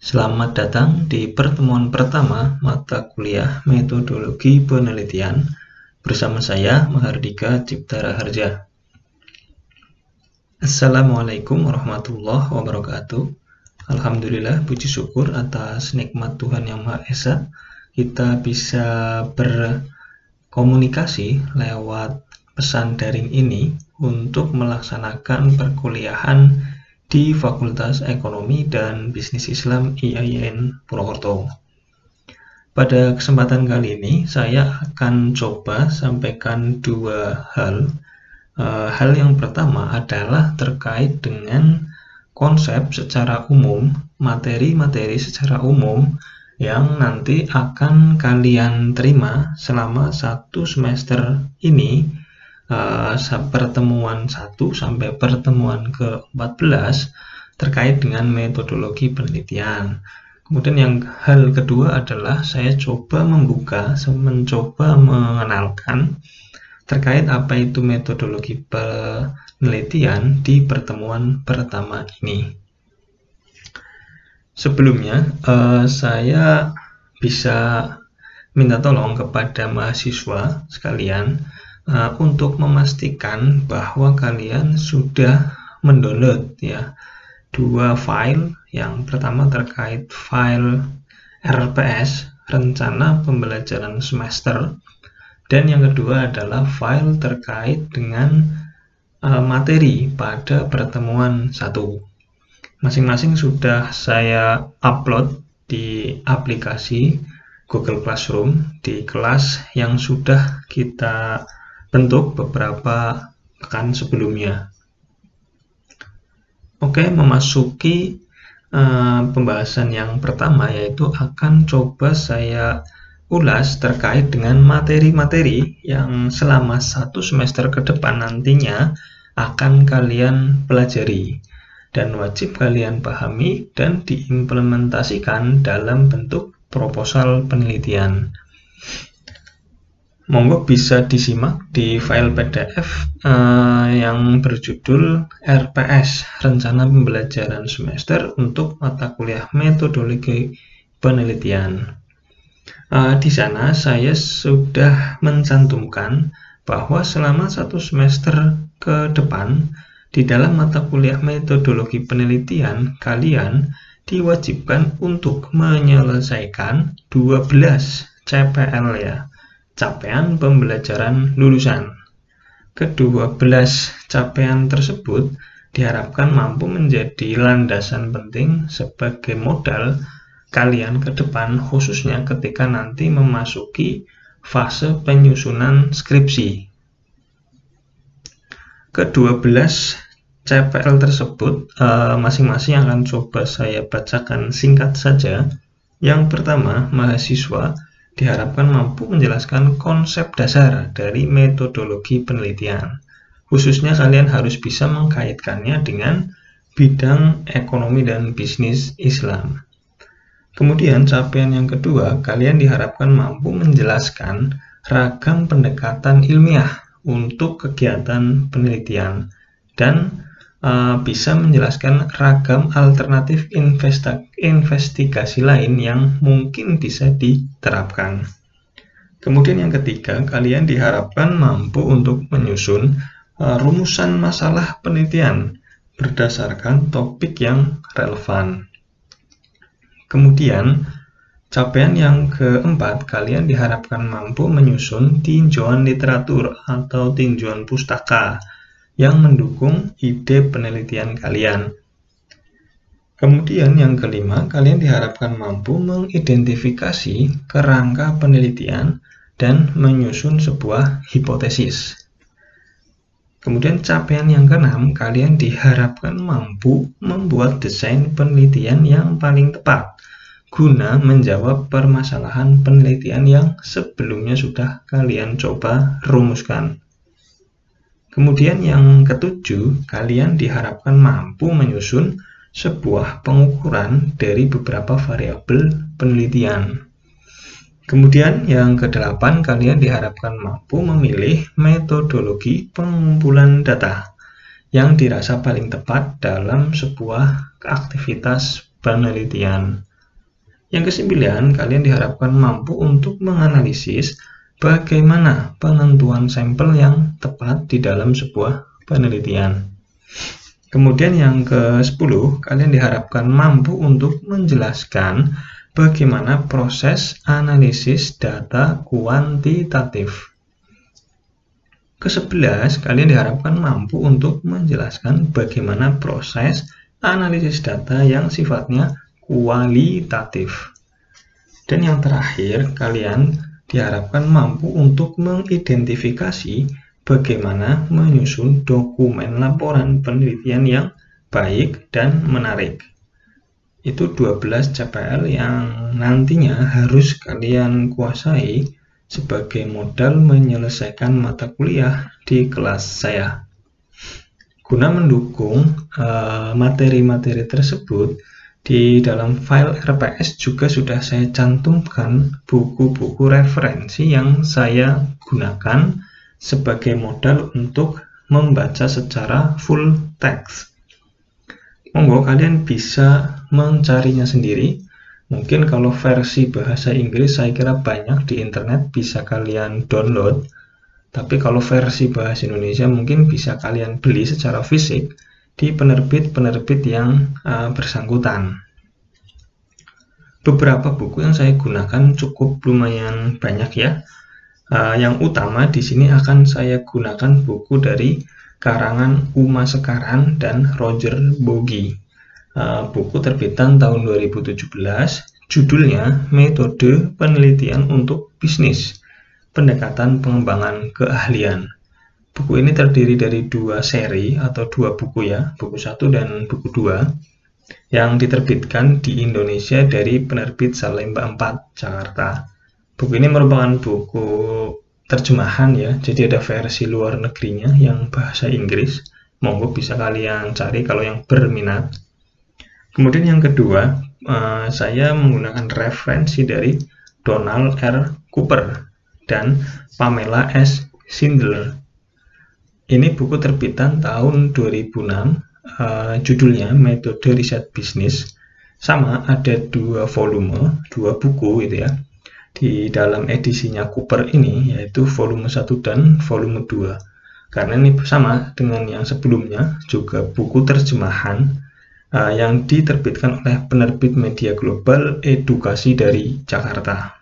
Selamat datang di pertemuan pertama mata kuliah Metodologi Penelitian bersama saya, Mahardika Cipta Raharja. Assalamualaikum warahmatullahi wabarakatuh. Alhamdulillah, puji syukur atas nikmat Tuhan Yang Maha Esa, kita bisa berkomunikasi lewat pesan daring ini untuk melaksanakan perkuliahan di Fakultas Ekonomi dan Bisnis Islam IAIN Purwokerto. Pada kesempatan kali ini, saya akan coba sampaikan dua hal. Hal yang pertama adalah terkait dengan konsep secara umum, materi-materi secara umum yang nanti akan kalian terima selama satu semester ini, pertemuan 1 sampai pertemuan ke-14 terkait dengan metodologi penelitian. Kemudian yang hal kedua adalah saya mencoba mengenalkan terkait apa itu metodologi penelitian di pertemuan pertama ini. Sebelumnya, saya bisa minta tolong kepada mahasiswa sekalian untuk memastikan bahwa kalian sudah mendownload dua file. Yang pertama terkait file RPS, rencana pembelajaran semester, dan yang kedua adalah file terkait dengan materi pada pertemuan 1. Masing-masing sudah saya upload di aplikasi Google Classroom di kelas yang sudah kita bentuk beberapa pekan sebelumnya. Oke, memasuki pembahasan yang pertama, yaitu akan coba saya ulas terkait dengan materi-materi yang selama satu semester ke depan nantinya akan kalian pelajari dan wajib kalian pahami dan diimplementasikan dalam bentuk proposal penelitian. Monggo bisa disimak di file PDF yang berjudul RPS, Rencana Pembelajaran Semester untuk Mata Kuliah Metodologi Penelitian. Di sana saya sudah mencantumkan bahwa selama satu semester ke depan di dalam mata kuliah metodologi penelitian kalian diwajibkan untuk menyelesaikan 12 CPL capaian pembelajaran lulusan. Ke-12 capaian tersebut diharapkan mampu menjadi landasan penting sebagai modal kalian ke depan, khususnya ketika nanti memasuki fase penyusunan skripsi. Ke-12 CPL tersebut masing-masing akan coba saya bacakan singkat saja. Yang pertama, mahasiswa diharapkan mampu menjelaskan konsep dasar dari metodologi penelitian. Khususnya kalian harus bisa mengkaitkannya dengan bidang ekonomi dan bisnis Islam. Kemudian capaian yang kedua, kalian diharapkan mampu menjelaskan ragam pendekatan ilmiah untuk kegiatan penelitian dan bisa menjelaskan ragam alternatif investigasi lain yang mungkin bisa diterapkan. Kemudian yang ketiga, kalian diharapkan mampu untuk menyusun rumusan masalah penelitian berdasarkan topik yang relevan. Kemudian capaian yang keempat, kalian diharapkan mampu menyusun tinjauan literatur atau tinjauan pustaka yang mendukung ide penelitian kalian. Kemudian yang kelima, kalian diharapkan mampu mengidentifikasi kerangka penelitian dan menyusun sebuah hipotesis. Kemudian capaian yang keenam, kalian diharapkan mampu membuat desain penelitian yang paling tepat guna menjawab permasalahan penelitian yang sebelumnya sudah kalian coba rumuskan. Kemudian yang ketujuh, kalian diharapkan mampu menyusun sebuah pengukuran dari beberapa variabel penelitian. Kemudian yang kedelapan, kalian diharapkan mampu memilih metodologi pengumpulan data yang dirasa paling tepat dalam sebuah aktivitas penelitian. Yang kesembilan, kalian diharapkan mampu untuk menganalisis bagaimana penentuan sampel yang tepat di dalam sebuah penelitian. Kemudian yang ke-10, kalian diharapkan mampu untuk menjelaskan bagaimana proses analisis data kuantitatif. Ke-11, kalian diharapkan mampu untuk menjelaskan bagaimana proses analisis data yang sifatnya kualitatif. Dan yang terakhir, kalian diharapkan mampu untuk mengidentifikasi bagaimana menyusun dokumen laporan penelitian yang baik dan menarik. Itu 12 CPL yang nantinya harus kalian kuasai sebagai modal menyelesaikan mata kuliah di kelas saya. Guna mendukung materi-materi tersebut, di dalam file RPS juga sudah saya cantumkan buku-buku referensi yang saya gunakan sebagai modal untuk membaca secara full text. Monggo kalian bisa mencarinya sendiri. Mungkin kalau versi bahasa Inggris saya kira banyak di internet, bisa kalian download. Tapi kalau versi bahasa Indonesia mungkin bisa kalian beli secara fisik di penerbit-penerbit yang bersangkutan. Beberapa buku yang saya gunakan cukup lumayan banyak ya. Yang utama di sini akan saya gunakan buku dari karangan Uma Sekaran dan Roger Bogi. Buku terbitan tahun 2017, judulnya Metode Penelitian untuk Bisnis, Pendekatan Pengembangan Keahlian. Buku ini terdiri dari 2 seri atau 2 buku ya, buku 1 dan buku 2, yang diterbitkan di Indonesia dari penerbit Salemba 4, Jakarta. Buku ini merupakan buku terjemahan ya, jadi ada versi luar negerinya yang bahasa Inggris. Monggo bisa kalian cari kalau yang berminat. Kemudian yang kedua, saya menggunakan referensi dari Donald R. Cooper dan Pamela S. Schindler. Ini buku terbitan tahun 2006, judulnya Metode Riset Bisnis. Sama, ada 2 volume, 2 buku gitu ya. Di dalam edisinya Cooper ini, yaitu volume 1 dan volume 2. Karena ini sama dengan yang sebelumnya, juga buku terjemahan yang diterbitkan oleh penerbit media global Edukasi dari Jakarta.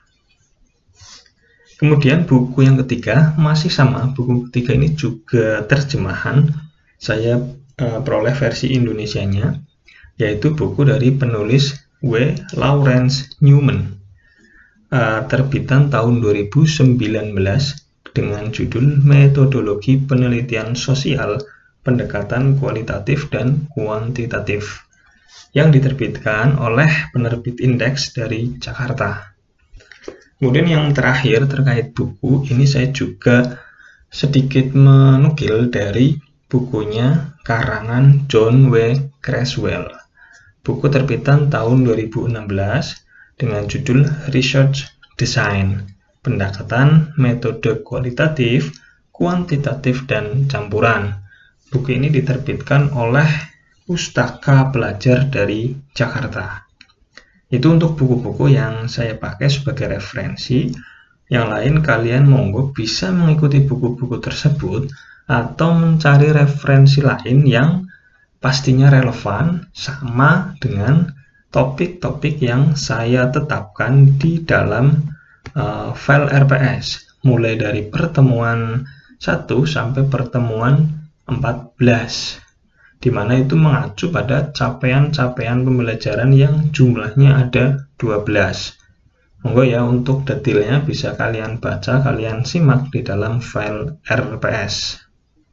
Kemudian buku yang ketiga masih sama, buku ketiga ini juga terjemahan. Saya peroleh versi Indonesianya, yaitu buku dari penulis W. Lawrence Newman, terbitan tahun 2019 dengan judul Metodologi Penelitian Sosial, Pendekatan Kualitatif dan Kuantitatif, yang diterbitkan oleh penerbit Indeks dari Jakarta. Kemudian yang terakhir terkait buku, ini saya juga sedikit menukil dari bukunya karangan John W. Creswell. Buku terbitan tahun 2016 dengan judul Research Design, Pendekatan Metode Kualitatif, Kuantitatif, dan Campuran. Buku ini diterbitkan oleh Pustaka Pelajar dari Jakarta. Itu untuk buku-buku yang saya pakai sebagai referensi. Yang lain kalian monggo bisa mengikuti buku-buku tersebut atau mencari referensi lain yang pastinya relevan sama dengan topik-topik yang saya tetapkan di dalam file RPS, mulai dari pertemuan 1 sampai pertemuan 14. di mana itu mengacu pada capaian-capaian pembelajaran yang jumlahnya ada 12. Monggo ya, untuk detailnya bisa kalian baca, kalian simak di dalam file RPS.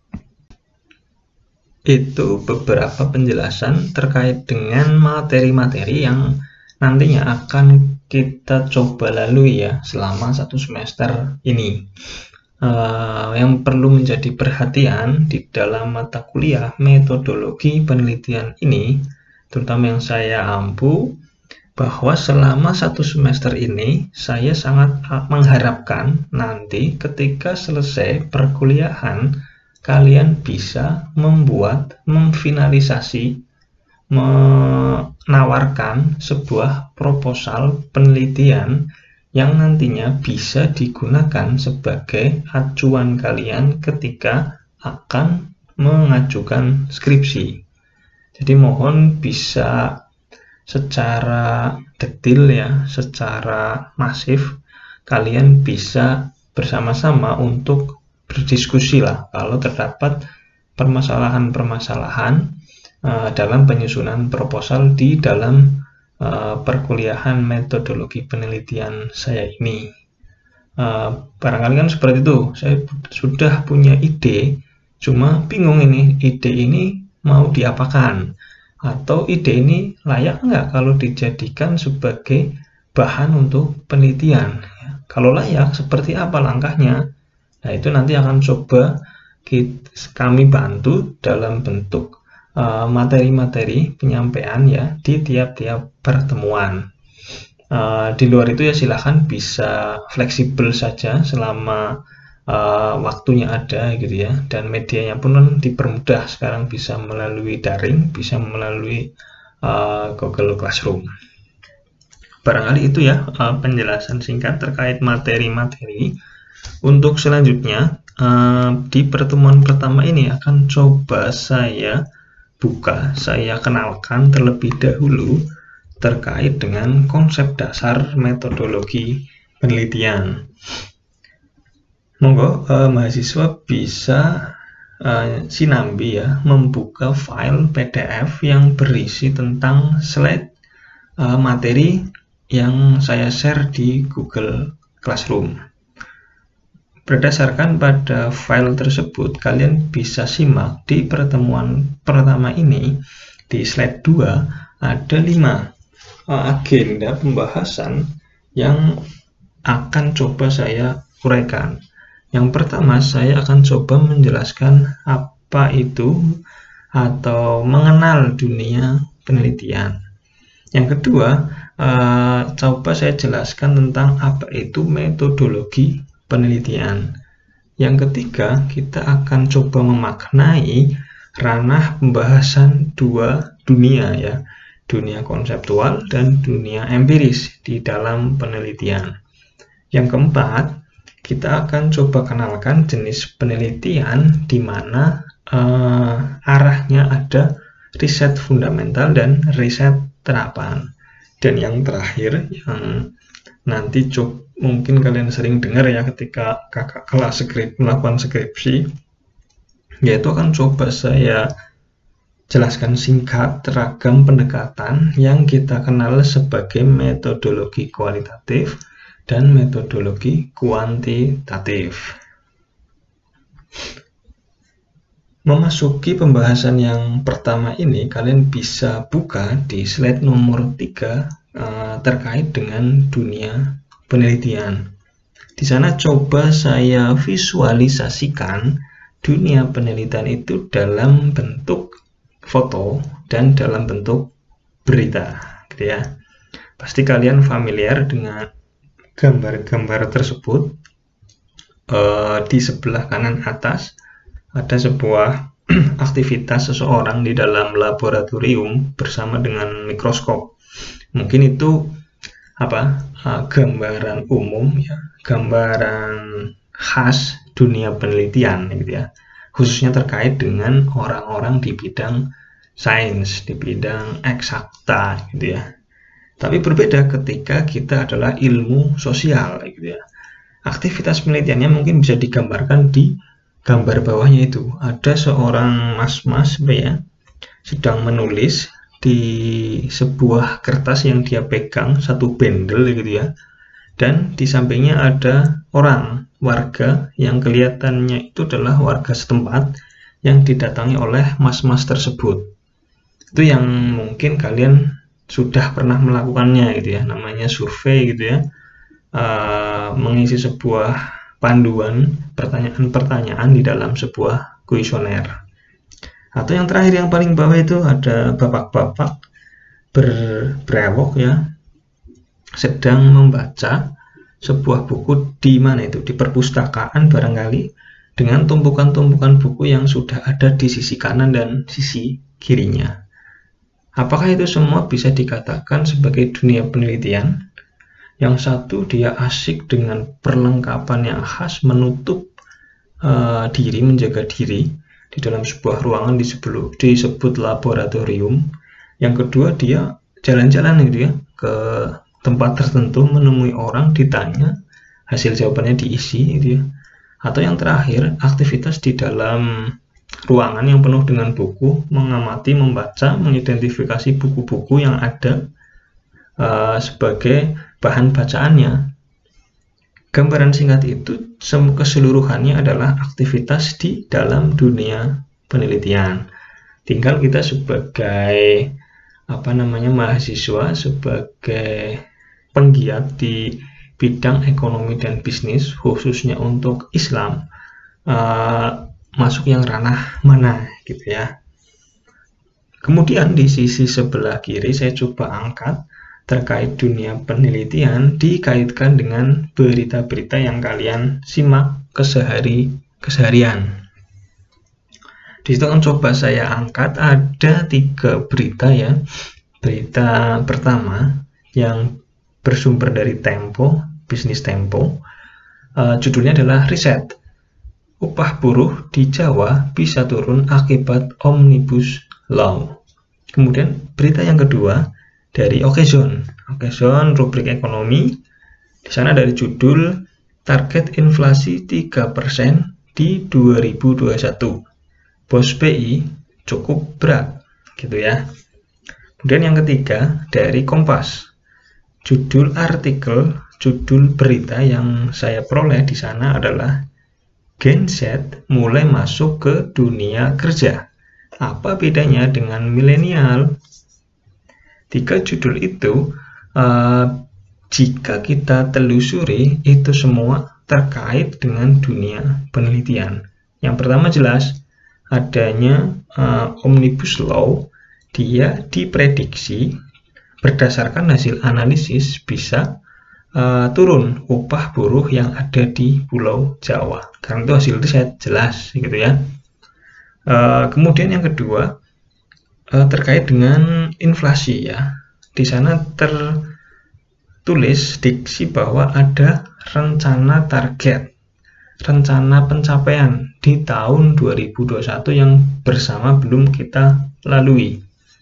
Itu beberapa penjelasan terkait dengan materi-materi yang nantinya akan kita coba lalui ya selama 1 semester ini. Yang perlu menjadi perhatian di dalam mata kuliah metodologi penelitian ini, terutama yang saya ampu, bahwa selama 1 semester ini saya sangat mengharapkan nanti ketika selesai perkuliahan kalian bisa membuat, memfinalisasi, menawarkan sebuah proposal penelitian yang nantinya bisa digunakan sebagai acuan kalian ketika akan mengajukan skripsi. Jadi mohon bisa secara detail ya, secara masif kalian bisa bersama-sama untuk berdiskusi lah kalau terdapat permasalahan-permasalahan dalam penyusunan proposal di dalam perkuliahan metodologi penelitian saya ini. Barangkali kan seperti itu, saya sudah punya ide, cuma bingung ini ide ini mau diapakan, atau ide ini layak nggak kalau dijadikan sebagai bahan untuk penelitian. Kalau layak, seperti apa langkahnya? Nah, itu nanti akan coba kami bantu dalam bentuk materi-materi penyampaian ya di tiap-tiap pertemuan. Di luar itu ya silahkan bisa fleksibel saja selama waktunya ada gitu ya, dan medianya pun dipermudah sekarang, bisa melalui daring, bisa melalui Google Classroom. Barangkali itu ya penjelasan singkat terkait materi-materi. Untuk selanjutnya di pertemuan pertama ini akan coba saya kenalkan terlebih dahulu terkait dengan konsep dasar metodologi penelitian. Monggo mahasiswa bisa sinambi ya membuka file PDF yang berisi tentang slide materi yang saya share di Google Classroom. Berdasarkan pada file tersebut, kalian bisa simak di pertemuan pertama ini di slide 2 ada 5 agenda pembahasan yang akan coba saya uraikan. Yang pertama, saya akan coba menjelaskan apa itu atau mengenal dunia penelitian. Yang kedua, coba saya jelaskan tentang apa itu metodologi penelitian. Yang ketiga, kita akan coba memaknai ranah pembahasan dua dunia ya, dunia konseptual dan dunia empiris di dalam penelitian. Yang keempat, kita akan coba kenalkan jenis penelitian di mana arahnya ada riset fundamental dan riset terapan. Dan yang terakhir, yang nanti mungkin kalian sering dengar ya ketika kakak kelas melakukan skripsi, yaitu akan coba saya jelaskan singkat ragam pendekatan yang kita kenal sebagai metodologi kualitatif dan metodologi kuantitatif. Memasuki pembahasan yang pertama ini, kalian bisa buka di slide nomor 3 terkait dengan dunia penelitian. Di sana coba saya visualisasikan dunia penelitian itu dalam bentuk foto dan dalam bentuk berita, gitu ya. Pasti kalian familiar dengan gambar-gambar tersebut. Di sebelah kanan atas ada sebuah aktivitas seseorang di dalam laboratorium bersama dengan mikroskop. Mungkin itu gambaran umum ya, gambaran khas dunia penelitian gitu ya, khususnya terkait dengan orang-orang di bidang sains, di bidang eksakta gitu ya. Tapi berbeda ketika kita adalah ilmu sosial gitu ya. Aktivitas penelitiannya mungkin bisa digambarkan di gambar bawahnya itu. Ada seorang mas-mas ya, sedang menulis di sebuah kertas yang dia pegang, satu bendel gitu ya. Dan di sampingnya ada orang, warga yang kelihatannya itu adalah warga setempat yang didatangi oleh mas-mas tersebut. Itu yang mungkin kalian sudah pernah melakukannya gitu ya, namanya survei gitu ya, mengisi sebuah panduan pertanyaan-pertanyaan di dalam sebuah kuesioner. Atau yang terakhir yang paling bawah itu ada bapak-bapak berbrewok ya, sedang membaca sebuah buku di mana itu, di perpustakaan barangkali, dengan tumpukan-tumpukan buku yang sudah ada di sisi kanan dan sisi kirinya. Apakah itu semua bisa dikatakan sebagai dunia penelitian? Yang satu dia asik dengan perlengkapan yang khas, menutup diri, menjaga diri di dalam sebuah ruangan disebut laboratorium. Yang kedua dia jalan-jalan gitu ya ke tempat tertentu, menemui orang, ditanya, hasil jawabannya diisi gitu ya. Atau yang terakhir, aktivitas di dalam ruangan yang penuh dengan buku, mengamati, membaca, mengidentifikasi buku-buku yang ada sebagai bahan bacaannya. Gambaran singkat itu keseluruhannya adalah aktivitas di dalam dunia penelitian. Tinggal kita sebagai mahasiswa, sebagai penggiat di bidang ekonomi dan bisnis, khususnya untuk Islam, masuk yang ranah mana gitu ya. Kemudian di sisi sebelah kiri saya coba angkat terkait dunia penelitian dikaitkan dengan berita-berita yang kalian simak keseharian. Di situ kan coba saya angkat ada 3 berita ya. Berita pertama yang bersumber dari Tempo, bisnis Tempo. Judulnya adalah riset. Upah buruh di Jawa bisa turun akibat Omnibus Law. Kemudian berita yang kedua dari Okezone rubrik ekonomi. Di sana dari judul target inflasi 3% di 2021. Bos BI cukup berat gitu ya. Kemudian yang ketiga dari Kompas. Judul berita yang saya peroleh di sana adalah Gen Z mulai masuk ke dunia kerja. Apa bedanya dengan milenial? 3 judul itu jika kita telusuri itu semua terkait dengan dunia penelitian. Yang pertama jelas adanya Omnibus Law, dia diprediksi berdasarkan hasil analisis bisa turun upah buruh yang ada di Pulau Jawa. Karena itu hasil riset jelas gitu ya. Kemudian yang kedua terkait dengan inflasi ya. Di sana tertulis diksi bahwa ada rencana target, rencana pencapaian di tahun 2021 yang bersama belum kita lalui.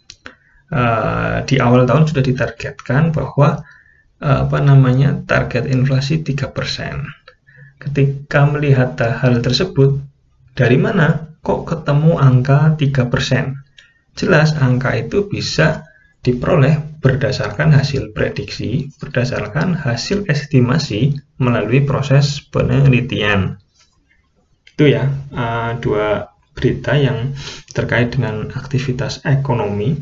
Di awal tahun sudah ditargetkan bahwa target inflasi 3%. Ketika melihat hal tersebut, dari mana kok ketemu angka 3%? Jelas angka itu bisa diperoleh berdasarkan hasil prediksi, berdasarkan hasil estimasi melalui proses penelitian. Itu ya 2 berita yang terkait dengan aktivitas ekonomi,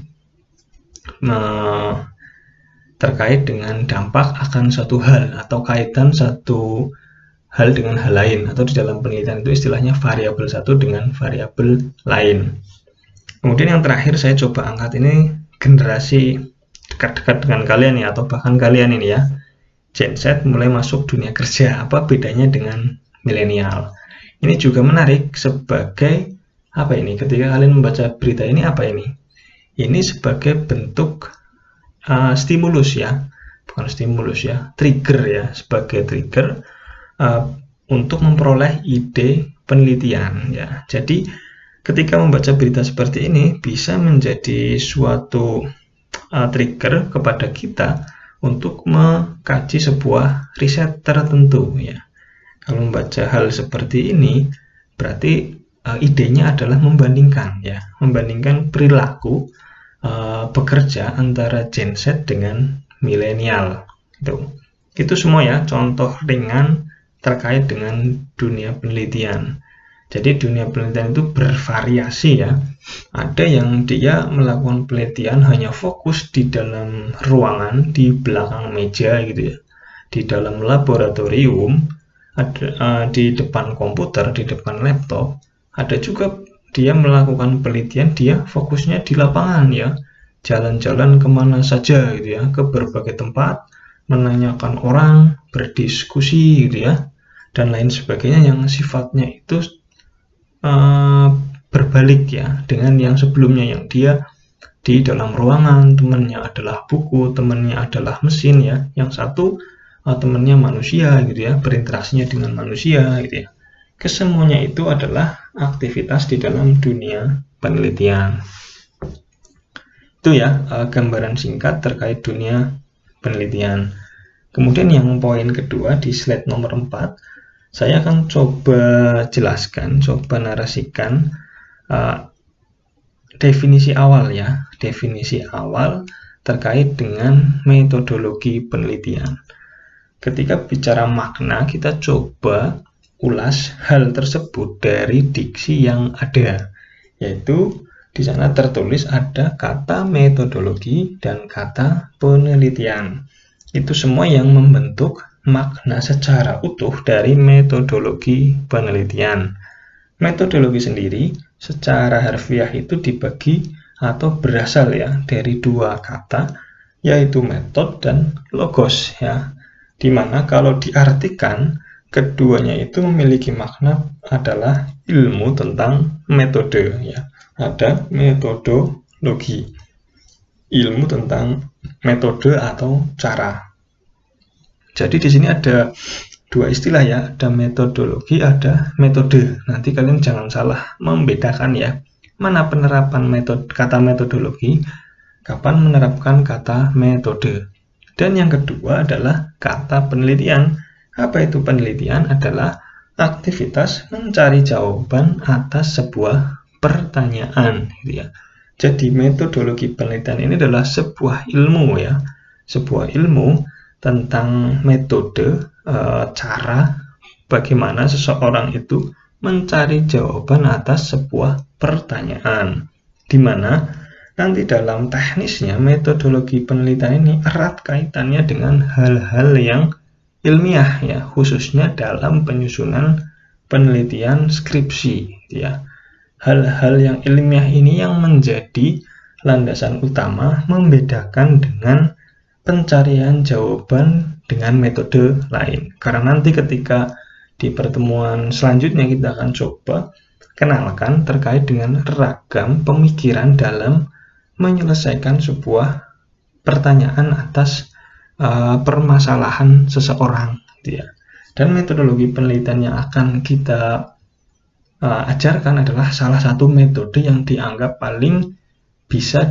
terkait dengan dampak akan suatu hal atau kaitan satu hal dengan hal lain, atau di dalam penelitian itu istilahnya variabel satu dengan variabel lain. Kemudian yang terakhir saya coba angkat ini generasi dekat-dekat dengan kalian ya, atau bahkan kalian ini ya, Gen Z mulai masuk dunia kerja. Apa bedanya dengan milenial? Ini juga menarik sebagai ketika kalian membaca berita ini ini sebagai bentuk stimulus ya, bukan stimulus ya, trigger ya, sebagai trigger untuk memperoleh ide penelitian ya. Jadi ketika membaca berita seperti ini bisa menjadi suatu trigger kepada kita untuk mengkaji sebuah riset tertentu ya. Kalau membaca hal seperti ini berarti idenya adalah membandingkan perilaku bekerja antara Gen Z dengan milenial. Itu semua ya contoh ringan terkait dengan dunia penelitian. Jadi dunia penelitian itu bervariasi ya. Ada yang dia melakukan penelitian hanya fokus di dalam ruangan, di belakang meja gitu ya, di dalam laboratorium, ada di depan komputer, di depan laptop. Ada juga dia melakukan penelitian, dia fokusnya di lapangan ya, jalan-jalan kemana saja gitu ya, ke berbagai tempat, menanyakan orang, berdiskusi gitu ya, dan lain sebagainya yang sifatnya itu berbalik ya dengan yang sebelumnya, yang dia di dalam ruangan, temannya adalah buku, temannya adalah mesin ya. Yang satu temannya manusia gitu ya, berinteraksinya dengan manusia gitu ya. Kesemuanya itu adalah aktivitas di dalam dunia penelitian. Itu ya gambaran singkat terkait dunia penelitian. Kemudian yang poin kedua di slide nomor 4, saya akan coba jelaskan, coba narasikan definisi awal ya, definisi awal terkait dengan metodologi penelitian. Ketika bicara makna, kita coba ulas hal tersebut dari diksi yang ada, yaitu di sana tertulis ada kata metodologi dan kata penelitian. Itu semua yang membentuk makna secara utuh dari metodologi penelitian. Metodologi sendiri secara harfiah itu dibagi atau berasal ya dari dua kata, yaitu metode dan logos ya. Dimana kalau diartikan keduanya itu memiliki makna adalah ilmu tentang metode ya. Ada metodologi, ilmu tentang metode atau cara. Jadi di sini ada dua istilah ya, ada metodologi, ada metode. Nanti kalian jangan salah membedakan ya, mana penerapan kata metodologi, kapan menerapkan kata metode. Dan yang kedua adalah kata penelitian. Apa itu penelitian? Adalah aktivitas mencari jawaban atas sebuah pertanyaan gitu ya. Jadi metodologi penelitian ini adalah sebuah ilmu ya, sebuah ilmu tentang metode, cara bagaimana seseorang itu mencari jawaban atas sebuah pertanyaan, di mana nanti dalam teknisnya metodologi penelitian ini erat kaitannya dengan hal-hal yang ilmiah ya, khususnya dalam penyusunan penelitian skripsi ya. Hal-hal yang ilmiah ini yang menjadi landasan utama membedakan dengan pencarian jawaban dengan metode lain. Karena nanti ketika di pertemuan selanjutnya kita akan coba kenalkan terkait dengan ragam pemikiran dalam menyelesaikan sebuah pertanyaan atas permasalahan seseorang gitu ya. Dan metodologi penelitian yang akan kita ajarkan adalah salah satu metode yang dianggap paling bisa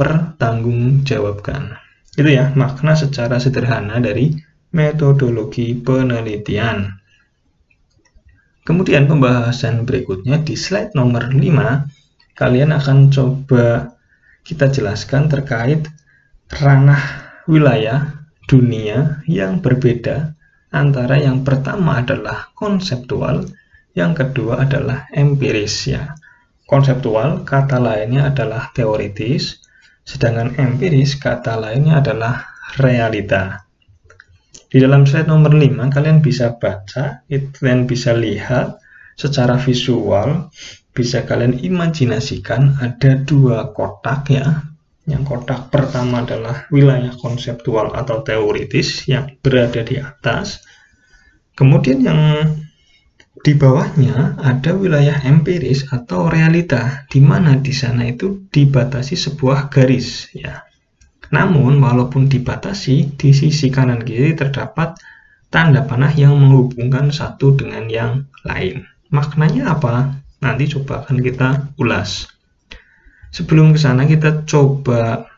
dipertanggungjawabkan. Itu ya makna secara sederhana dari metodologi penelitian. Kemudian pembahasan berikutnya di slide nomor 5, kalian akan coba kita jelaskan terkait ranah wilayah dunia yang berbeda antara yang pertama adalah konseptual, yang kedua adalah empiris ya. Konseptual kata lainnya adalah teoritis, sedangkan empiris kata lainnya adalah realita. Di dalam slide nomor 5 kalian bisa baca, kalian bisa lihat secara visual, bisa kalian imajinasikan ada dua kotak ya. Yang kotak pertama adalah wilayah konseptual atau teoritis yang berada di atas. Kemudian yang di bawahnya ada wilayah empiris atau realita, di mana di sana itu dibatasi sebuah garis ya. Namun walaupun dibatasi, di sisi kanan kiri terdapat tanda panah yang menghubungkan satu dengan yang lain. Maknanya apa? Nanti coba akan kita ulas. Sebelum ke sana kita coba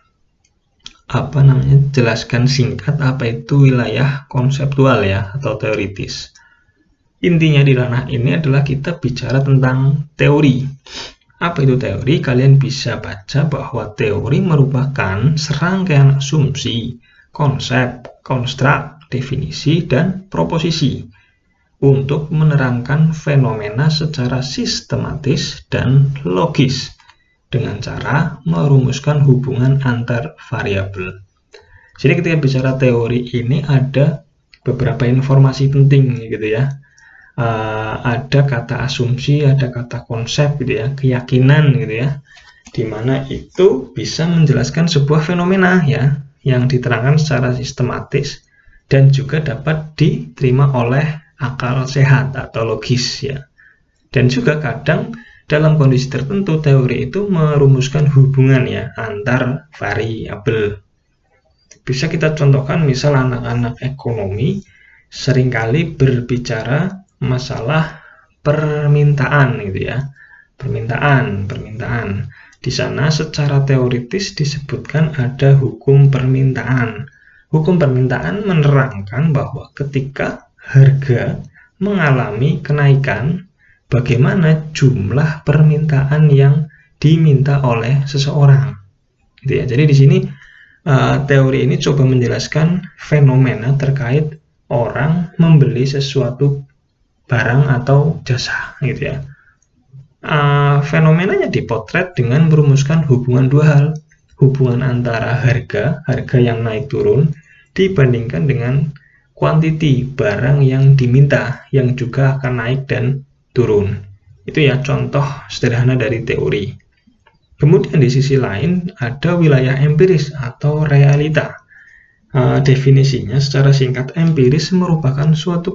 jelaskan singkat apa itu wilayah konseptual ya atau teoritis. Intinya di ranah ini adalah kita bicara tentang teori. Apa itu teori? Kalian bisa baca bahwa teori merupakan serangkaian asumsi, konsep, konstruk, definisi, dan proposisi untuk menerangkan fenomena secara sistematis dan logis dengan cara merumuskan hubungan antar variabel. Jadi ketika bicara teori ini ada beberapa informasi penting gitu ya. Ada kata asumsi, ada kata konsep gitu ya, keyakinan gitu ya, dimana itu bisa menjelaskan sebuah fenomena ya, yang diterangkan secara sistematis dan juga dapat diterima oleh akal sehat atau logis ya. Dan juga kadang dalam kondisi tertentu teori itu merumuskan hubungan ya antar variabel. Bisa kita contohkan misal anak-anak ekonomi seringkali berbicara masalah permintaan gitu ya. Permintaan. Di sana secara teoritis disebutkan ada hukum permintaan. Hukum permintaan menerangkan bahwa ketika harga mengalami kenaikan, bagaimana jumlah permintaan yang diminta oleh seseorang. Gitu ya. Jadi di sini teori ini coba menjelaskan fenomena terkait orang membeli sesuatu barang atau jasa, gitu ya. Fenomenanya dipotret dengan merumuskan hubungan dua hal, hubungan antara harga yang naik turun dibandingkan dengan kuantiti barang yang diminta yang juga akan naik dan turun. Itu ya contoh sederhana dari teori. Kemudian di sisi lain ada wilayah empiris atau realita. Definisinya secara singkat, empiris merupakan suatu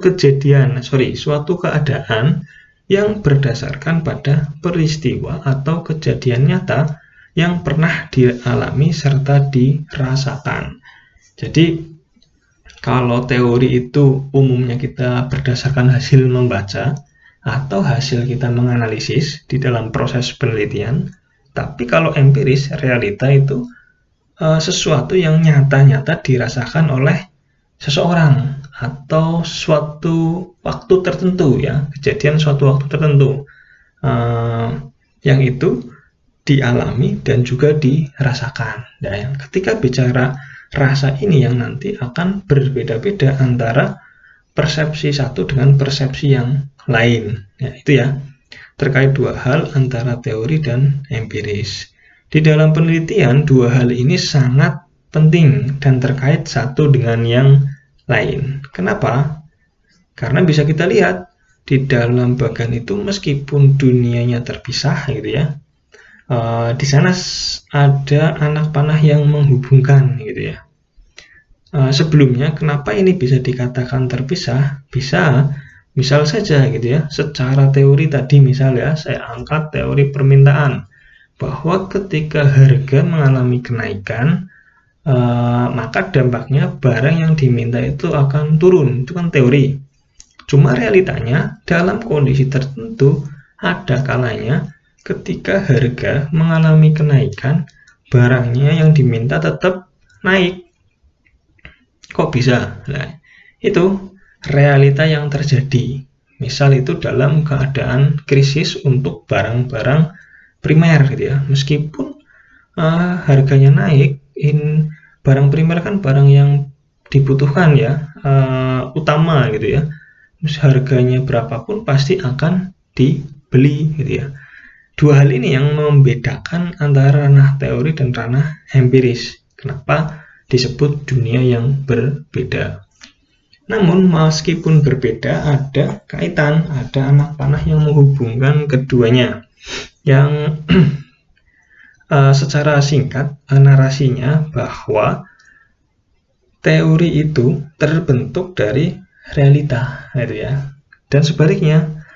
keadaan yang berdasarkan pada peristiwa atau kejadian nyata yang pernah dialami serta dirasakan. Jadi kalau teori itu umumnya kita berdasarkan hasil membaca atau hasil kita menganalisis di dalam proses penelitian. Tapi kalau empiris, realita itu sesuatu yang nyata-nyata dirasakan oleh seseorang atau suatu waktu tertentu ya, kejadian suatu waktu tertentu yang itu dialami dan juga dirasakan. Dan ketika bicara rasa ini yang nanti akan berbeda-beda antara persepsi satu dengan persepsi yang lain. Ya, itu ya. Terkait dua hal antara teori dan empiris. Di dalam penelitian, dua hal ini sangat penting dan terkait satu dengan yang lain. Kenapa? Karena bisa kita lihat di dalam bagan itu meskipun dunianya terpisah gitu ya, di sana ada anak panah yang menghubungkan gitu ya. Sebelumnya kenapa ini bisa dikatakan terpisah? Misal saja gitu ya, secara teori tadi misal ya, saya angkat teori permintaan bahwa ketika harga mengalami kenaikan, maka dampaknya barang yang diminta itu akan turun. Itu kan teori. Cuma realitanya dalam kondisi tertentu ada kalanya ketika harga mengalami kenaikan, barangnya yang diminta tetap naik. Kok bisa? Nah, itu realita yang terjadi. Misal itu dalam keadaan krisis untuk barang-barang primer gitu ya. Meskipun harganya naik, barang primer kan barang yang dibutuhkan ya, utama gitu ya. Harganya berapapun pasti akan dibeli gitu ya. Dua hal ini yang membedakan antara ranah teori dan ranah empiris. Kenapa disebut dunia yang berbeda? Namun meskipun berbeda, ada kaitan, ada anak panah yang menghubungkan keduanya. Yang secara singkat narasinya bahwa teori itu terbentuk dari realita, gitu ya. Dan sebaliknya,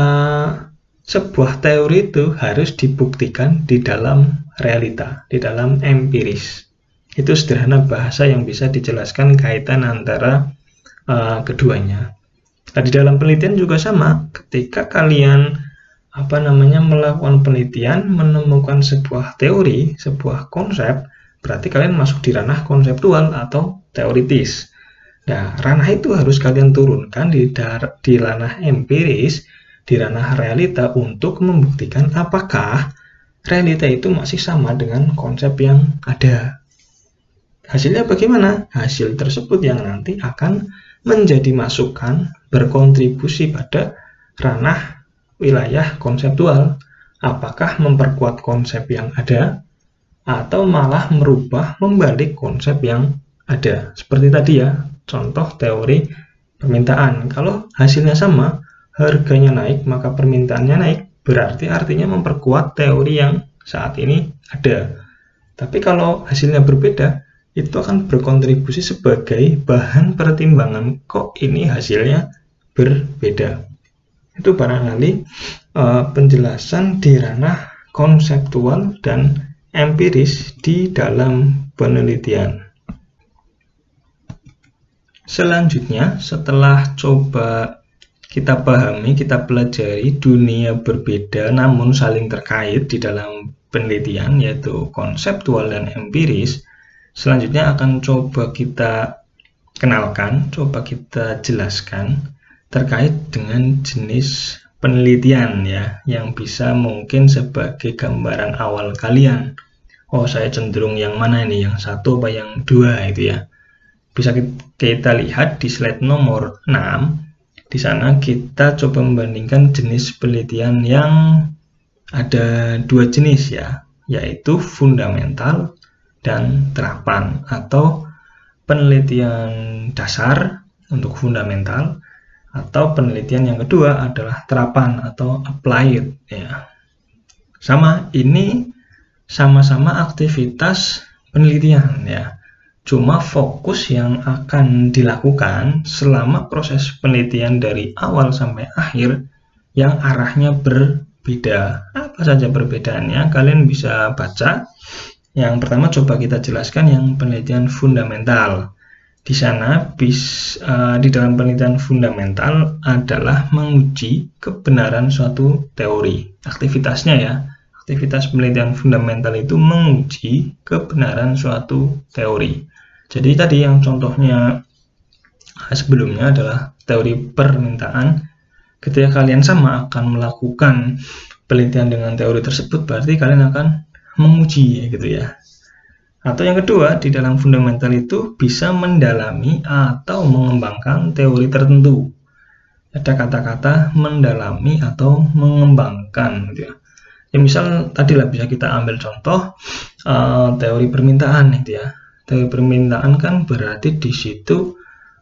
sebuah teori itu harus dibuktikan di dalam realita, di dalam empiris. Itu sederhana bahasa yang bisa dijelaskan kaitan antara keduanya. Nah, di dalam penelitian juga sama. Ketika kalian melakukan penelitian, menemukan sebuah teori, sebuah konsep, berarti kalian masuk di ranah konseptual atau teoritis. Nah, ranah itu harus kalian turunkan di ranah empiris, di ranah realita untuk membuktikan apakah realita itu masih sama dengan konsep yang ada. Hasilnya bagaimana? Hasil tersebut yang nanti akan menjadi masukan, berkontribusi pada ranah wilayah konseptual. Apakah memperkuat konsep yang ada atau malah merubah membalik konsep yang ada. Seperti tadi ya, contoh teori permintaan. Kalau hasilnya sama, harganya naik, maka permintaannya naik, berarti artinya memperkuat teori yang saat ini ada. Tapi kalau hasilnya berbeda, itu akan berkontribusi sebagai bahan pertimbangan kok ini hasilnya berbeda. Itu barangkali penjelasan di ranah konseptual dan empiris di dalam penelitian. Selanjutnya, setelah coba kita pahami, kita pelajari dunia berbeda namun saling terkait di dalam penelitian, yaitu konseptual dan empiris, selanjutnya akan coba kita kenalkan, coba kita jelaskan terkait dengan jenis penelitian ya, yang bisa mungkin sebagai gambaran awal kalian. Oh, saya cenderung yang mana ini, yang satu apa yang dua itu ya. Bisa kita lihat di slide nomor 6. Di sana kita coba membandingkan jenis penelitian yang ada dua jenis ya, yaitu fundamental dan terapan, atau penelitian dasar untuk fundamental, atau penelitian yang kedua adalah terapan atau applied ya. Ini sama-sama aktivitas penelitian ya. Cuma fokus yang akan dilakukan selama proses penelitian dari awal sampai akhir yang arahnya berbeda. Apa saja perbedaannya? Kalian bisa baca. Yang pertama coba kita jelaskan yang penelitian fundamental. Di sana di dalam penelitian fundamental adalah menguji kebenaran suatu teori. Aktivitasnya ya. Aktivitas penelitian fundamental itu menguji kebenaran suatu teori. Jadi tadi yang contohnya sebelumnya adalah teori permintaan. Ketika kalian sama akan melakukan penelitian dengan teori tersebut, berarti kalian akan menguji gitu ya. Atau yang kedua, di dalam fundamental itu bisa mendalami atau mengembangkan teori tertentu. Ada kata-kata mendalami atau mengembangkan gitu ya. Ya misal tadilah bisa kita ambil contoh teori permintaan gitu ya. Teori permintaan kan berarti di situ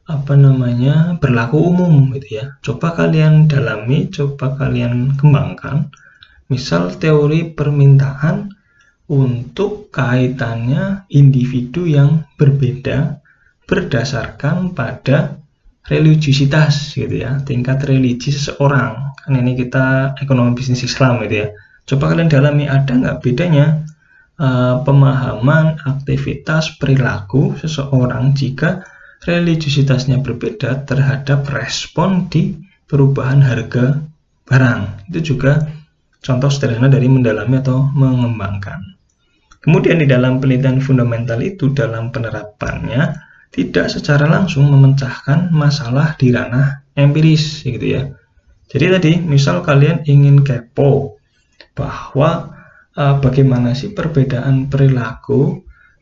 berlaku umum gitu ya. Coba kalian dalami, coba kalian kembangkan. Misal teori permintaan untuk kaitannya individu yang berbeda berdasarkan pada religiusitas gitu ya, tingkat religi seseorang. Kan ini kita ekonomi bisnis Islam gitu ya. Coba kalian dalami, ada nggak bedanya pemahaman, aktivitas, perilaku seseorang jika religiusitasnya berbeda terhadap respon di perubahan harga barang. Itu juga contoh sederhana dari mendalami atau mengembangkan. Kemudian di dalam penelitian fundamental itu, dalam penerapannya tidak secara langsung memecahkan masalah di ranah empiris gitu ya. Jadi tadi misal kalian ingin kepo bahwa bagaimana sih perbedaan perilaku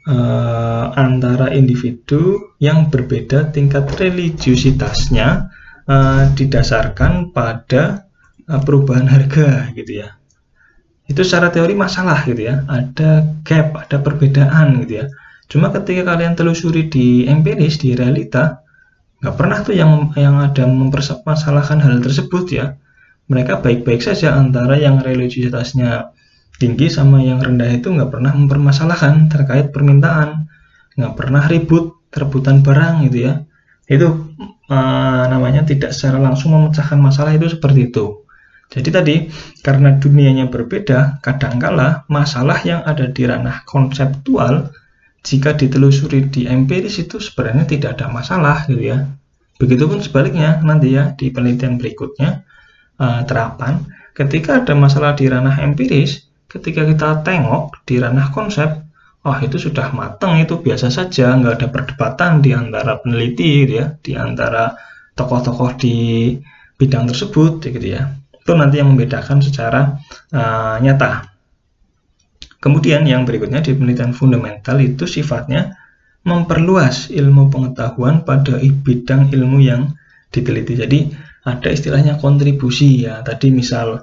antara individu yang berbeda tingkat religiusitasnya didasarkan pada perubahan harga gitu ya. Itu secara teori masalah gitu ya, ada gap, ada perbedaan gitu ya. Cuma ketika kalian telusuri di empiris, di realita, nggak pernah tuh yang ada mempermasalahkan hal tersebut ya. Mereka baik-baik saja, antara yang religiusitasnya tinggi sama yang rendah itu nggak pernah mempermasalahkan terkait permintaan, nggak pernah rebutan barang gitu ya. Itu namanya tidak secara langsung memecahkan masalah, itu seperti itu. Jadi tadi karena dunianya berbeda, kadangkala masalah yang ada di ranah konseptual jika ditelusuri di empiris itu sebenarnya tidak ada masalah gitu ya. Begitupun sebaliknya nanti ya di penelitian berikutnya terapan, ketika ada masalah di ranah empiris, ketika kita tengok di ranah konsep, itu sudah matang, itu biasa saja, nggak ada perdebatan di antara peneliti gitu ya, di antara tokoh-tokoh di bidang tersebut gitu ya. Itu nanti yang membedakan secara nyata. Kemudian yang berikutnya di penelitian fundamental itu sifatnya memperluas ilmu pengetahuan pada bidang ilmu yang diteliti. Jadi ada istilahnya kontribusi ya. Tadi misal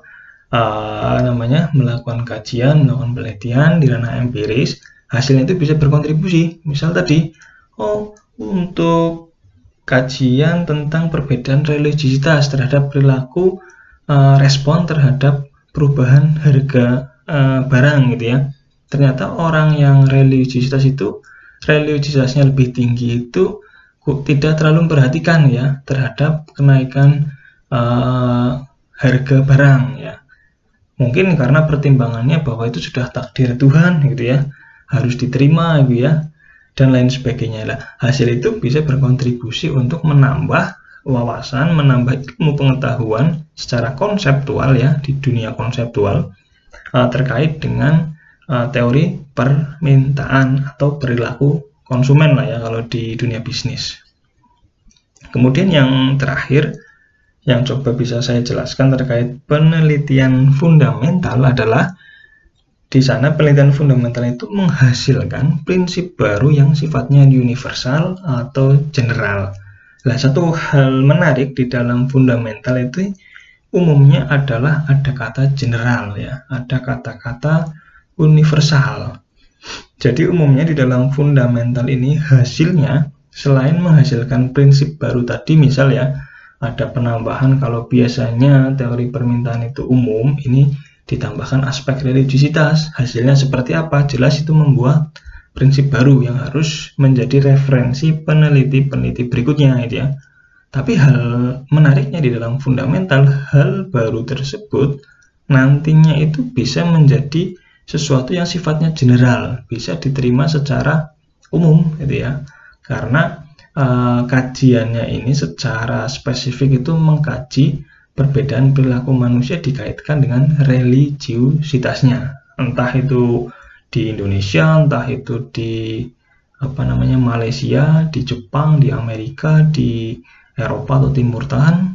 melakukan kajian, melakukan penelitian di ranah empiris, hasilnya itu bisa berkontribusi. Misal tadi, untuk kajian tentang perbedaan religiusitas terhadap perilaku respon terhadap perubahan harga barang gitu ya. Ternyata orang yang religiusitasnya lebih tinggi itu tidak terlalu memperhatikan ya terhadap kenaikan harga barang ya. Mungkin karena pertimbangannya bahwa itu sudah takdir Tuhan gitu ya, harus diterima gitu ya, dan lain sebagainya lah. Hasil itu bisa berkontribusi untuk menambah wawasan, menambah ilmu pengetahuan secara konseptual ya, di dunia konseptual terkait dengan teori permintaan atau perilaku konsumen lah ya kalau di dunia bisnis. Kemudian yang terakhir yang coba bisa saya jelaskan terkait penelitian fundamental adalah di sana penelitian fundamental itu menghasilkan prinsip baru yang sifatnya universal atau general. Nah, satu hal menarik di dalam fundamental itu umumnya adalah ada kata general ya, ada kata-kata universal. Jadi umumnya di dalam fundamental ini hasilnya selain menghasilkan prinsip baru tadi, misal ya ada penambahan kalau biasanya teori permintaan itu umum, ini ditambahkan aspek religiositas. Hasilnya seperti apa? Jelas itu membuat prinsip baru yang harus menjadi referensi peneliti-peneliti berikutnya gitu ya. Tapi hal menariknya di dalam fundamental, hal baru tersebut nantinya itu bisa menjadi sesuatu yang sifatnya general, bisa diterima secara umum gitu ya. Karena kajiannya ini secara spesifik itu mengkaji perbedaan perilaku manusia dikaitkan dengan religiositasnya, entah itu di Indonesia, entah itu di Malaysia, di Jepang, di Amerika, di Eropa atau Timur Tengah,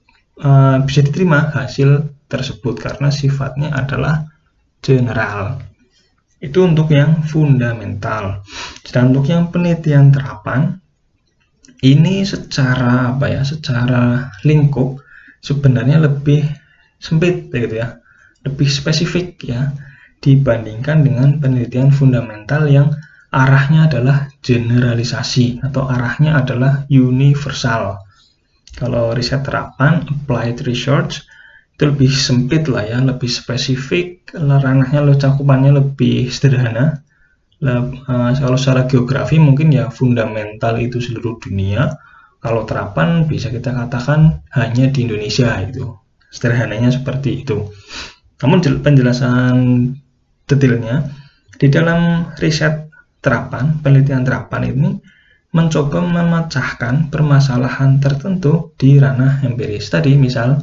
bisa diterima hasil tersebut karena sifatnya adalah general. Itu untuk yang fundamental. Dan untuk yang penelitian terapan, ini secara secara lingkup sebenarnya lebih sempit gitu ya, lebih spesifik ya dibandingkan dengan penelitian fundamental yang arahnya adalah generalisasi atau arahnya adalah universal. Kalau riset terapan, applied research, itu lebih sempit lah ya, lebih spesifik, ranahnya cakupannya lebih sederhana. Kalau secara geografi mungkin ya fundamental itu seluruh dunia, kalau terapan bisa kita katakan hanya di Indonesia itu. Sederhananya seperti itu. Namun penjelasan detailnya di dalam riset terapan, penelitian terapan ini mencoba memecahkan permasalahan tertentu di ranah empiris tadi, misal